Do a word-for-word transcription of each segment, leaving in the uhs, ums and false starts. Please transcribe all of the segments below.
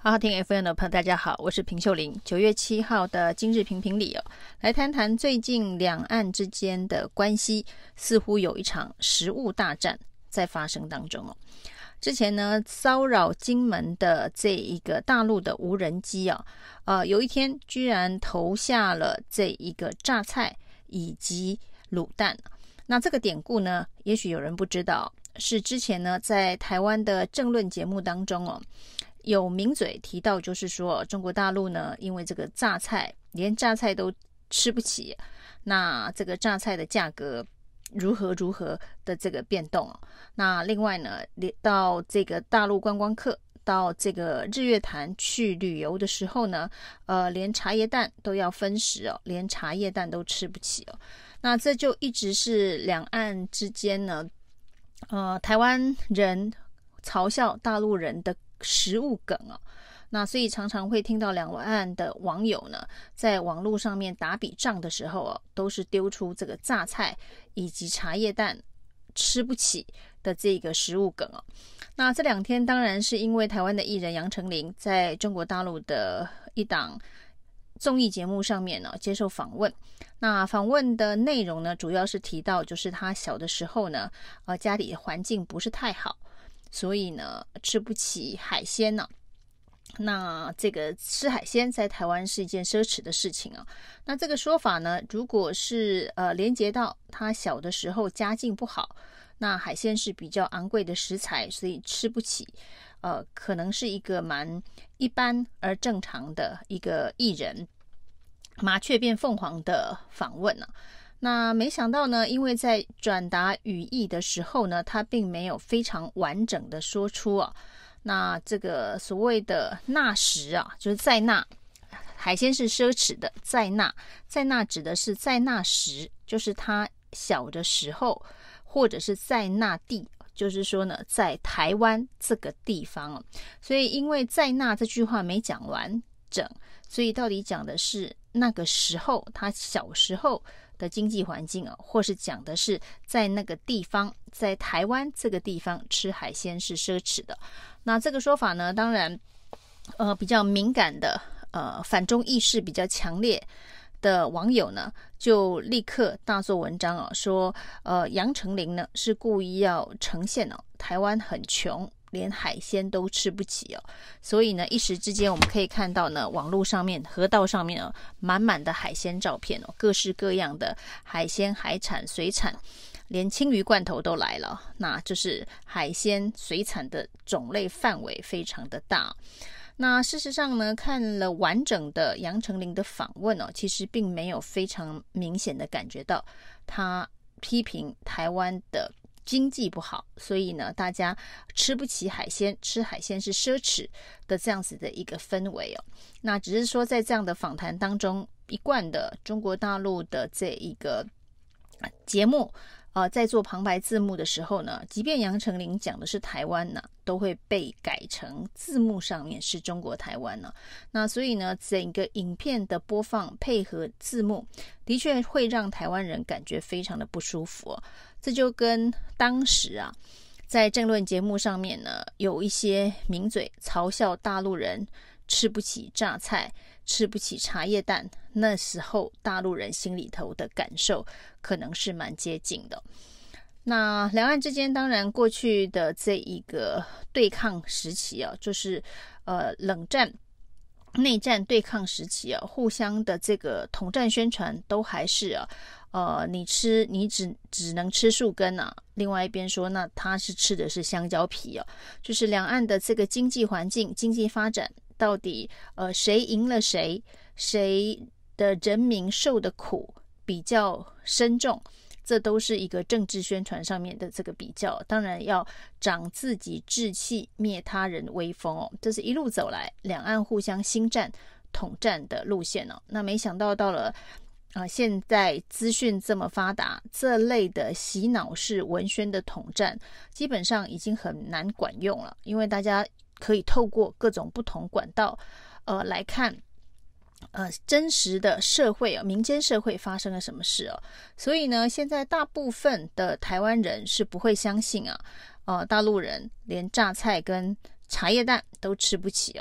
好好听 F M 的朋友大家好，我是平秀玲。九月七号的今日评评理哦，来谈谈最近两岸之间的关系，似乎有一场食物大战在发生当中哦。之前呢，骚扰金门的这一个大陆的无人机啊，呃，有一天居然投下了这一个榨菜以及卤蛋。那这个典故呢，也许有人不知道，是之前呢在台湾的政论节目当中哦，有名嘴提到，就是说中国大陆呢，因为这个榨菜连榨菜都吃不起，那这个榨菜的价格如何如何的这个变动。那另外呢，到这个大陆观光客到这个日月潭去旅游的时候呢，呃，连茶叶蛋都要分食哦，连茶叶蛋都吃不起哦。那这就一直是两岸之间呢，呃，台湾人嘲笑大陆人的食物梗啊。那所以常常会听到两岸的网友呢，在网络上面打笔仗的时候哦，都是丢出这个榨菜以及茶叶蛋吃不起的这个食物梗哦。那这两天当然是因为台湾的艺人杨丞琳在中国大陆的一档综艺节目上面呢接受访问。那访问的内容呢，主要是提到就是他小的时候呢，呃，家里环境不是太好，所以呢吃不起海鲜呢、啊。那这个吃海鲜在台湾是一件奢侈的事情啊。那这个说法呢，如果是呃连接到他小的时候家境不好，那海鲜是比较昂贵的食材，所以吃不起，呃，可能是一个蛮一般而正常的一个艺人麻雀变凤凰的访问啊。那没想到呢，因为在转达语义的时候呢，他并没有非常完整的说出啊。那这个所谓的纳食啊，就是在纳，海鲜是奢侈的，在纳，在纳指的是在纳时，就是他小的时候，或者是在纳地，就是说呢，在台湾这个地方哦。所以因为在纳这句话没讲完整，所以到底讲的是那个时候他小时候的经济环境啊，或是讲的是在那个地方，在台湾这个地方吃海鲜是奢侈的。那这个说法呢，当然呃比较敏感的呃反中意识比较强烈的网友呢，就立刻大做文章哦，说呃杨丞琳呢是故意要呈现哦台湾很穷，连海鲜都吃不起哦。所以呢，一时之间我们可以看到呢，网络上面河道上面哦，满满的海鲜照片哦，各式各样的海鲜、海产、水产，连青鱼罐头都来了。那就是海鲜水产的种类范围非常的大。那事实上呢，看了完整的杨丞琳的访问哦，其实并没有非常明显的感觉到他批评台湾的经济不好，所以呢大家吃不起海鲜，吃海鲜是奢侈的这样子的一个氛围哦。那只是说在这样的访谈当中，一贯的中国大陆的这一个节目呃，在做旁白字幕的时候呢，即便杨丞琳讲的是台湾呢，都会被改成字幕上面是中国台湾呢。那所以呢，整个影片的播放配合字幕，的确会让台湾人感觉非常的不舒服哦。这就跟当时啊，在政论节目上面呢，有一些名嘴嘲笑大陆人吃不起榨菜，吃不起茶叶蛋，那时候大陆人心里头的感受可能是蛮接近的。那两岸之间当然过去的这一个对抗时期啊，就是呃冷战内战对抗时期啊，互相的这个统战宣传都还是啊呃你吃你只只能吃树根啊，另外一边说那他是吃的是香蕉皮啊，就是两岸的这个经济环境经济发展到底呃谁赢了谁，谁的人民受的苦比较深重，这都是一个政治宣传上面的这个比较。当然要长自己志气，灭他人威风哦，这是一路走来两岸互相兴战统战的路线哦。那没想到到了啊、呃，现在资讯这么发达，这类的洗脑式文宣的统战基本上已经很难管用了，因为大家可以透过各种不同管道呃来看呃真实的社会啊，民间社会发生了什么事哦。所以呢，现在大部分的台湾人是不会相信啊，呃大陆人连榨菜跟茶叶蛋都吃不起哦。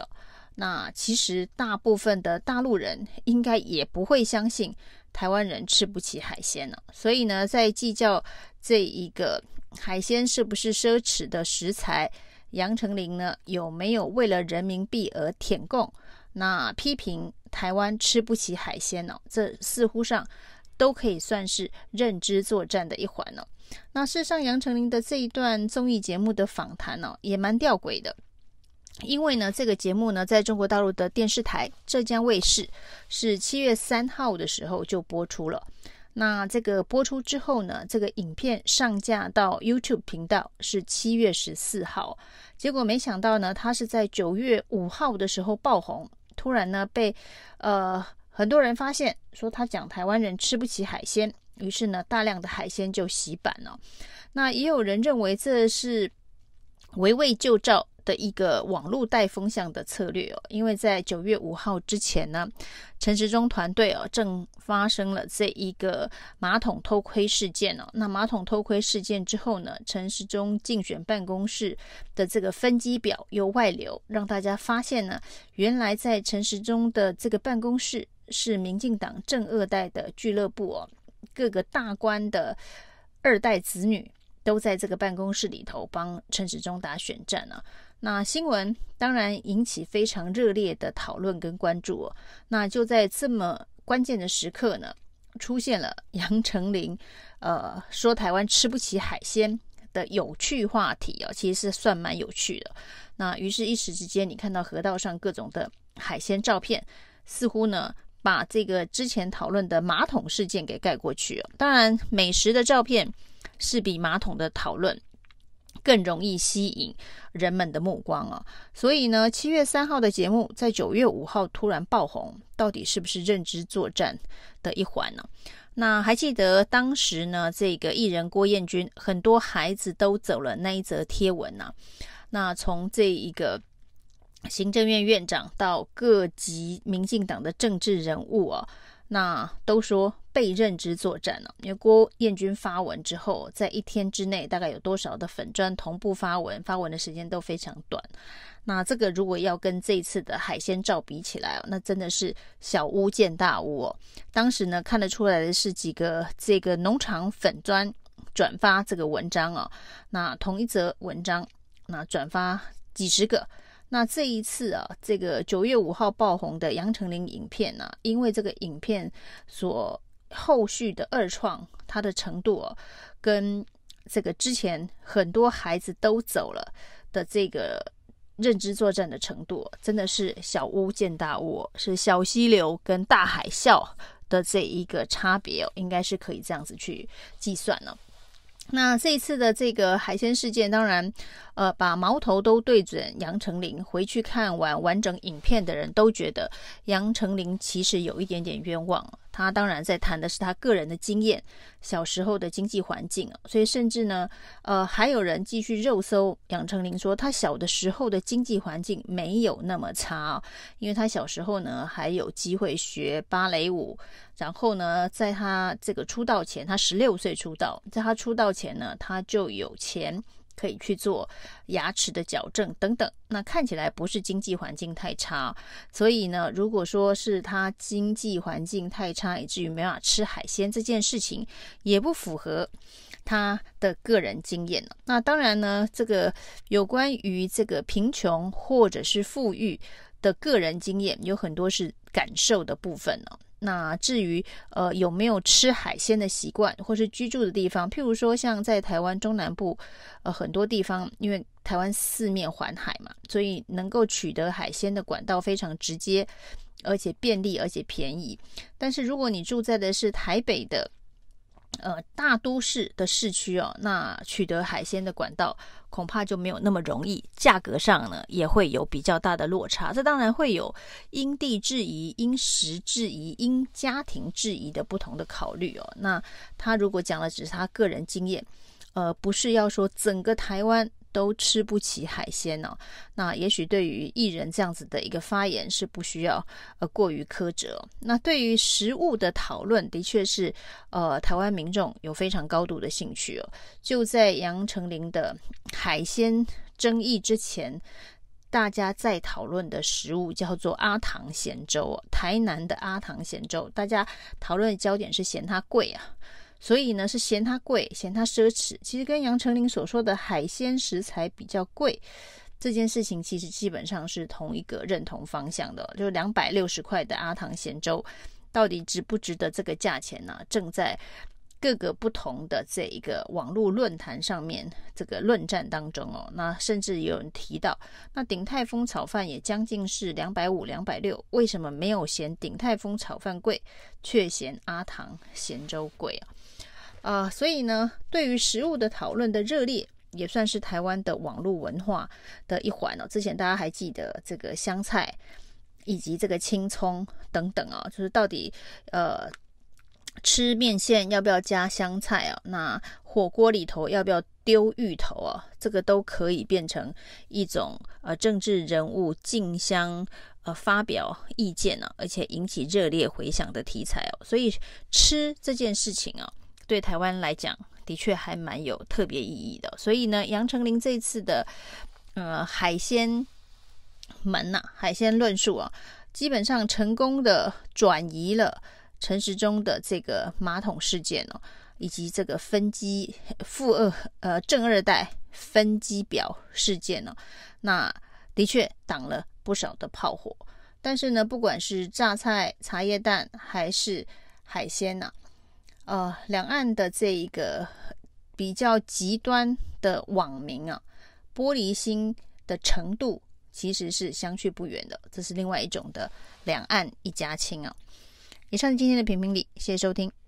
那其实大部分的大陆人应该也不会相信台湾人吃不起海鲜呢、啊。所以呢，在计较这一个海鲜是不是奢侈的食材，杨丞琳呢有没有为了人民币而舔共，那批评台湾吃不起海鲜呢、哦，这似乎上都可以算是认知作战的一环哦。那事实上，杨丞琳的这一段综艺节目的访谈哦，也蛮吊诡的。因为呢，这个节目呢，在中国大陆的电视台浙江卫视是七月三号的时候就播出了。那这个播出之后呢，这个影片上架到 YouTube 频道是七月十四号。结果没想到呢，它是在九月五号的时候爆红，突然呢被呃很多人发现，说他讲台湾人吃不起海鲜，于是呢大量的海鲜就洗版了。那也有人认为这是围魏救赵的一个网络带风向的策略哦，因为在九月五号之前呢，陈时中团队哦正发生了这一个马桶偷窥事件哦。那马桶偷窥事件之后呢，陈时中竞选办公室的这个分机表又外流，让大家发现呢，原来在陈时中的这个办公室是民进党正二代的俱乐部哦，各个大官的二代子女都在这个办公室里头帮陈时中打选战啊。那新闻当然引起非常热烈的讨论跟关注哦。那就在这么关键的时刻呢，出现了杨丞琳呃说台湾吃不起海鲜的有趣话题哦，其实是算蛮有趣的。那于是一时之间，你看到河道上各种的海鲜照片，似乎呢把这个之前讨论的马桶事件给盖过去哦。当然美食的照片是比马桶的讨论更容易吸引人们的目光啊。所以呢，七月三号的节目在九月五号突然爆红，到底是不是认知作战的一环呢？那还记得当时呢，这个艺人郭彥均很多孩子都走了那一则贴文啊。那从这一个行政院院长到各级民进党的政治人物啊，那都说被认知作战了。因为郭彥均发文之后，在一天之内大概有多少的粉专同步发文，发文的时间都非常短。那这个如果要跟这一次的海鲜照比起来，那真的是小巫见大巫哦。当时呢看得出来的是几个这个农场粉专转发这个文章哦，那同一则文章那转发几十个。那这一次啊，这个九月五号爆红的杨丞琳影片呢、啊，因为这个影片所后续的二创，它的程度哦，跟这个之前很多孩子都走了的这个认知作战的程度，真的是小巫见大巫，是小溪流跟大海啸的这一个差别哦，应该是可以这样子去计算了。那这一次的这个海鲜事件，当然呃，把矛头都对准杨丞琳。回去看完完整影片的人都觉得杨丞琳其实有一点点冤枉。他当然在谈的是他个人的经验，小时候的经济环境，所以甚至呢呃，还有人继续肉搜杨丞琳，说他小的时候的经济环境没有那么差，因为他小时候呢还有机会学芭蕾舞，然后呢在他这个出道前，他十六岁出道，在他出道前呢他就有钱可以去做牙齿的矫正等等，那看起来不是经济环境太差。所以呢，如果说是他经济环境太差以至于没办法吃海鲜，这件事情也不符合他的个人经验。那当然呢，这个有关于这个贫穷或者是富裕的个人经验，有很多是感受的部分哦。那至于呃有没有吃海鲜的习惯，或是居住的地方，譬如说像在台湾中南部，呃很多地方因为台湾四面环海嘛，所以能够取得海鲜的管道非常直接，而且便利，而且便宜。但是如果你住在的是台北的呃大都市的市区哦，那取得海鲜的管道恐怕就没有那么容易，价格上呢也会有比较大的落差。这当然会有因地制宜、因时制宜、因家庭制宜的不同的考虑哦。那他如果讲的只是他个人经验，呃，不是要说整个台湾都吃不起海鲜哦，那也许对于艺人这样子的一个发言是不需要呃过于苛责、哦。那对于食物的讨论，的确是呃台湾民众有非常高度的兴趣哦。就在杨丞琳的海鲜争议之前， 大家在讨论的食物叫做阿唐咸粥、哦、台南的阿唐咸粥，大家讨论的焦点是嫌它贵啊，所以呢是嫌它贵，嫌它奢侈。其实跟杨丞琳所说的海鲜食材比较贵这件事情，其实基本上是同一个认同方向的、哦、就是两百六十块的阿唐咸粥到底值不值得这个价钱呢、啊？正在各个不同的这一个网络论坛上面这个论战当中哦，那甚至有人提到，那鼎泰丰炒饭也将近是两百五、两百六，为什么没有嫌鼎泰丰炒饭贵，却嫌阿唐咸粥贵啊？呃，所以呢，对于食物的讨论的热烈，也算是台湾的网络文化的一环哦。之前大家还记得这个香菜以及这个青葱等等啊、哦，就是到底呃。吃面线要不要加香菜啊？那火锅里头要不要丢芋头啊？这个都可以变成一种呃政治人物竞相呃发表意见啊，而且引起热烈回响的题材哦。所以吃这件事情啊，对台湾来讲的确还蛮有特别意义的。所以呢，杨丞琳这次的呃海鲜门啊，海鲜论述啊，基本上成功的转移了陈时中的这个马桶事件哦，以及这个分机富二呃正二代分机表事件哦，那的确挡了不少的炮火。但是呢，不管是榨菜、茶叶蛋还是海鲜呐、啊，呃，两岸的这一个比较极端的网民啊，玻璃心的程度其实是相去不远的，这是另外一种的两岸一家亲啊。以上是今天的评评理，谢谢收听。